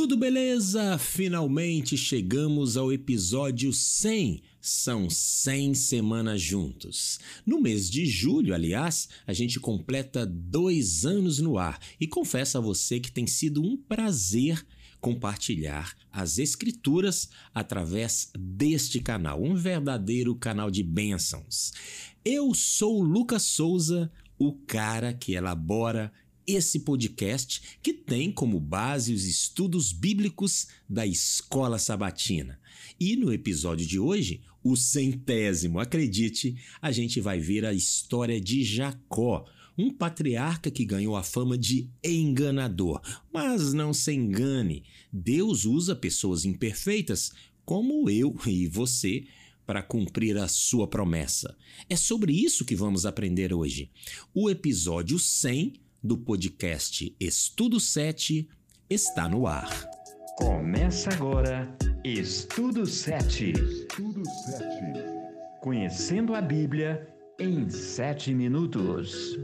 Tudo beleza? Finalmente chegamos ao episódio 100. São 100 semanas juntos. No mês de julho, aliás, a gente completa 2 anos no ar. E confesso a você que tem sido um prazer compartilhar as escrituras através deste canal, um verdadeiro canal de bênçãos. Eu sou o Lucas Souza, o cara que elabora esse podcast que tem como base os estudos bíblicos da Escola Sabatina. E no episódio de hoje, o 100º, acredite, a gente vai ver a história de Jacó, um patriarca que ganhou a fama de enganador. Mas não se engane, Deus usa pessoas imperfeitas como eu e você para cumprir a sua promessa. É sobre isso que vamos aprender hoje. O episódio 100 do podcast Estudo 7 está no ar. Começa agora Estudo 7. Conhecendo a Bíblia em 7 minutos.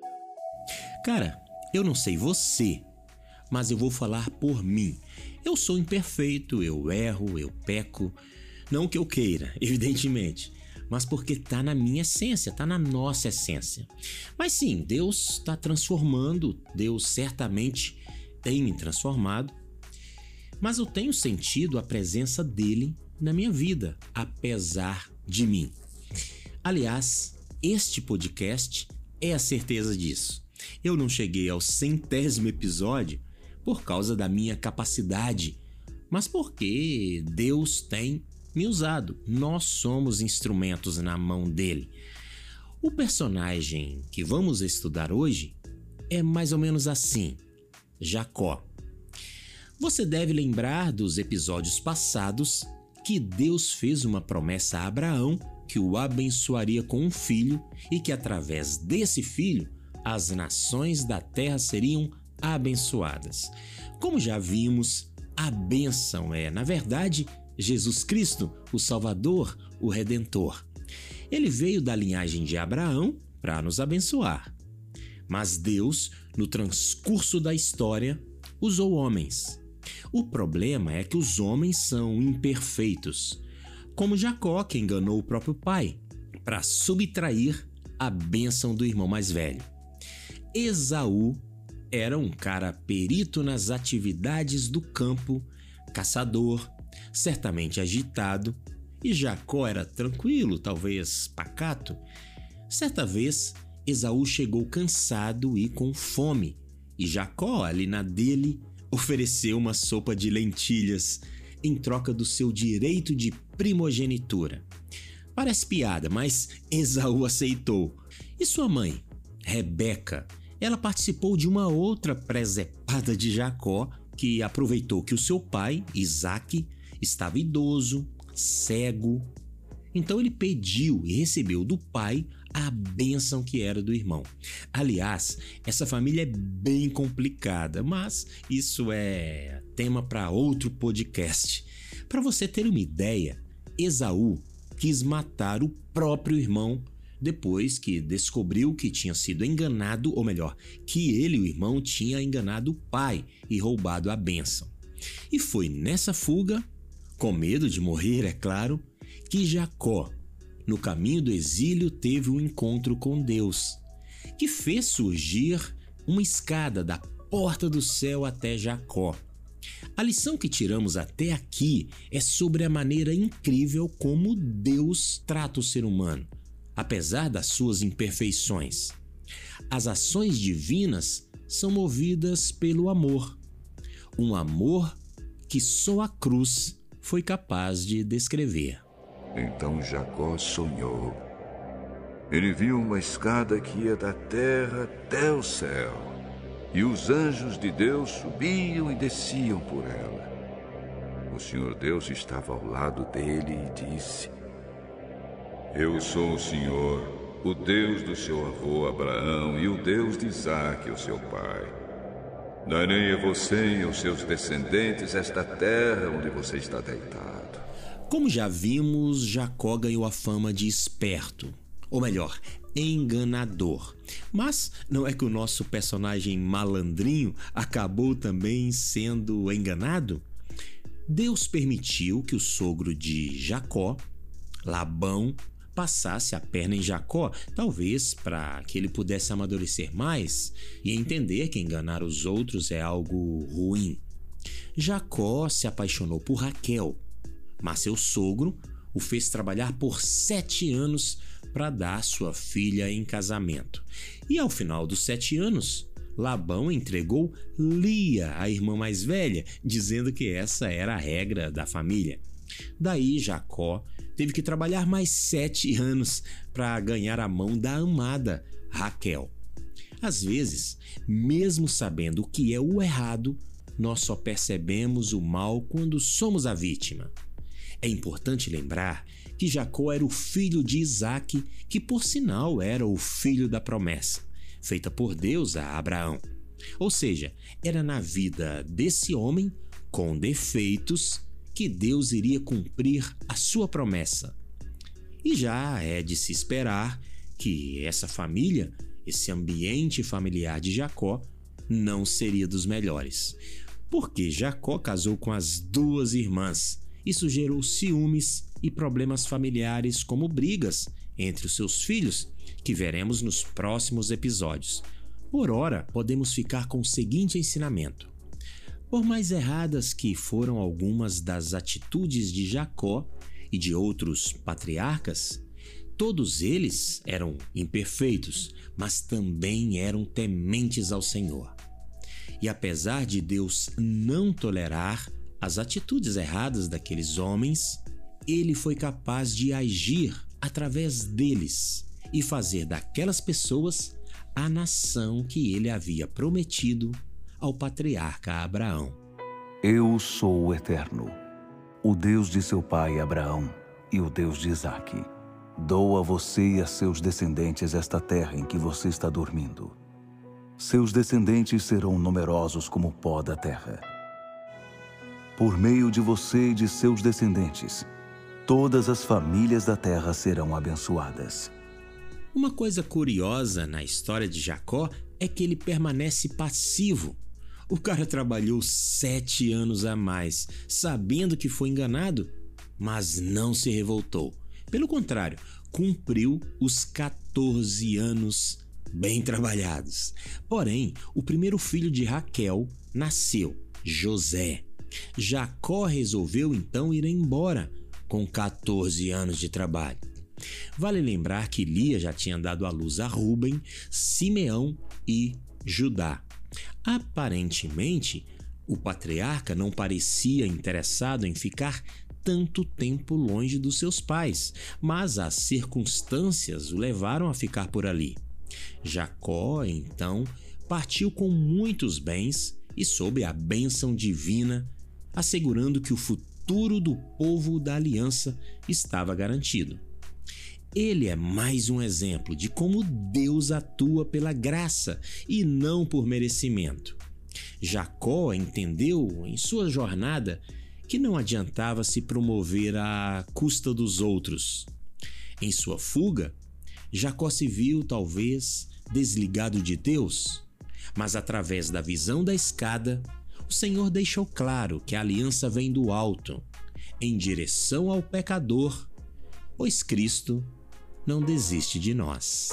Cara, eu não sei você, mas eu vou falar por mim. Eu sou imperfeito, eu erro, eu peco. Não que eu queira, evidentemente, mas porque tá na minha essência, tá na nossa essência. Mas sim, Deus está transformando, Deus certamente tem me transformado, mas eu tenho sentido a presença dele na minha vida, apesar de mim. Aliás, este podcast é a certeza disso. Eu não cheguei ao 100º episódio por causa da minha capacidade, mas porque Deus tem me usado. Nós somos instrumentos na mão dele. O personagem que vamos estudar hoje é mais ou menos assim: Jacó. Você deve lembrar dos episódios passados que Deus fez uma promessa a Abraão que o abençoaria com um filho e que através desse filho as nações da terra seriam abençoadas. Como já vimos, a bênção é, na verdade, Jesus Cristo, o Salvador, o Redentor. Ele veio da linhagem de Abraão para nos abençoar. Mas Deus, no transcurso da história, usou homens. O problema é que os homens são imperfeitos, como Jacó, que enganou o próprio pai para subtrair a bênção do irmão mais velho. Esaú era um cara perito nas atividades do campo, caçador, certamente agitado, e Jacó era tranquilo, talvez pacato. Certa vez, Esaú chegou cansado e com fome, e Jacó, ali na dele, ofereceu uma sopa de lentilhas em troca do seu direito de primogenitura. Parece piada, mas Esaú aceitou. E sua mãe, Rebeca, ela participou de uma outra presepada de Jacó, que aproveitou que o seu pai, Isaque, estava idoso, cego. Então ele pediu e recebeu do pai a bênção que era do irmão. Aliás, essa família é bem complicada, mas isso é tema para outro podcast. Para você ter uma ideia, Esaú quis matar o próprio irmão depois que descobriu que tinha sido enganado, ou melhor, que ele, o irmão, tinha enganado o pai e roubado a bênção. E foi nessa fuga, com medo de morrer, é claro, que Jacó, no caminho do exílio, teve um encontro com Deus, que fez surgir uma escada da porta do céu até Jacó. A lição que tiramos até aqui é sobre a maneira incrível como Deus trata o ser humano, apesar das suas imperfeições. As ações divinas são movidas pelo amor, um amor que só a cruz foi capaz de descrever. Então Jacó sonhou. Ele viu uma escada que ia da terra até o céu, e os anjos de Deus subiam e desciam por ela. O Senhor Deus estava ao lado dele e disse: Eu sou o Senhor, o Deus do seu avô Abraão e o Deus de Isaque, o seu pai. Darei a você e aos seus descendentes esta terra onde você está deitado. Como já vimos, Jacó ganhou a fama de esperto. Ou melhor, enganador. Mas não é que o nosso personagem malandrinho acabou também sendo enganado? Deus permitiu que o sogro de Jacó, Labão, passasse a perna em Jacó, talvez para que ele pudesse amadurecer mais e entender que enganar os outros é algo ruim. Jacó se apaixonou por Raquel, mas seu sogro o fez trabalhar por 7 anos para dar sua filha em casamento. E ao final dos 7 anos, Labão entregou Lia, a irmã mais velha, dizendo que essa era a regra da família. Daí Jacó teve que trabalhar mais 7 anos para ganhar a mão da amada Raquel. Às vezes, mesmo sabendo o que é o errado, nós só percebemos o mal quando somos a vítima. É importante lembrar que Jacó era o filho de Isaque, que por sinal era o filho da promessa, feita por Deus a Abraão. Ou seja, era na vida desse homem, com defeitos, que Deus iria cumprir a sua promessa. E já é de se esperar que essa família, esse ambiente familiar de Jacó, não seria dos melhores. Porque Jacó casou com as 2 irmãs. Isso gerou ciúmes e problemas familiares, como brigas entre os seus filhos, que veremos nos próximos episódios. Por ora, podemos ficar com o seguinte ensinamento: por mais erradas que foram algumas das atitudes de Jacó e de outros patriarcas, todos eles eram imperfeitos, mas também eram tementes ao Senhor. E apesar de Deus não tolerar as atitudes erradas daqueles homens, ele foi capaz de agir através deles e fazer daquelas pessoas a nação que ele havia prometido ao patriarca Abraão. Eu sou o Eterno, o Deus de seu pai Abraão e o Deus de Isaque. Dou a você e a seus descendentes esta terra em que você está dormindo. Seus descendentes serão numerosos como o pó da terra. Por meio de você e de seus descendentes, todas as famílias da terra serão abençoadas. Uma coisa curiosa na história de Jacó é que ele permanece passivo. O cara trabalhou 7 anos a mais, sabendo que foi enganado, mas não se revoltou. Pelo contrário, cumpriu os 14 anos bem trabalhados. Porém, o primeiro filho de Raquel nasceu, José. Jacó resolveu então ir embora com 14 anos de trabalho. Vale lembrar que Lia já tinha dado à luz a Rúben, Simeão e Judá. Aparentemente, o patriarca não parecia interessado em ficar tanto tempo longe dos seus pais, mas as circunstâncias o levaram a ficar por ali. Jacó, então, partiu com muitos bens e sob a bênção divina, assegurando que o futuro do povo da aliança estava garantido. Ele é mais um exemplo de como Deus atua pela graça e não por merecimento. Jacó entendeu em sua jornada que não adiantava se promover à custa dos outros. Em sua fuga, Jacó se viu talvez desligado de Deus, mas através da visão da escada, o Senhor deixou claro que a aliança vem do alto, em direção ao pecador, pois Cristo não desiste de nós.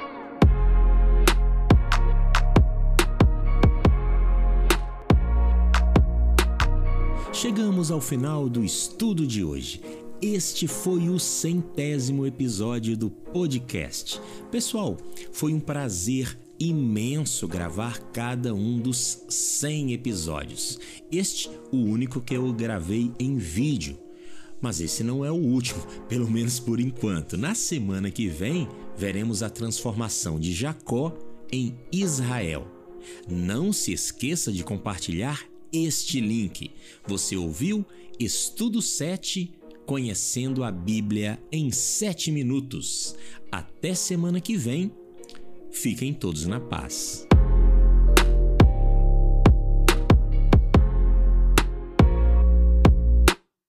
Chegamos ao final do estudo de hoje. Este foi o 100º episódio do podcast. Pessoal, foi um prazer imenso gravar cada um dos 100 episódios. Este, o único que eu gravei em vídeo. Mas esse não é o último, pelo menos por enquanto. Na semana que vem, veremos a transformação de Jacó em Israel. Não se esqueça de compartilhar este link. Você ouviu Estudo 7, Conhecendo a Bíblia em 7 minutos. Até semana que vem. Fiquem todos na paz.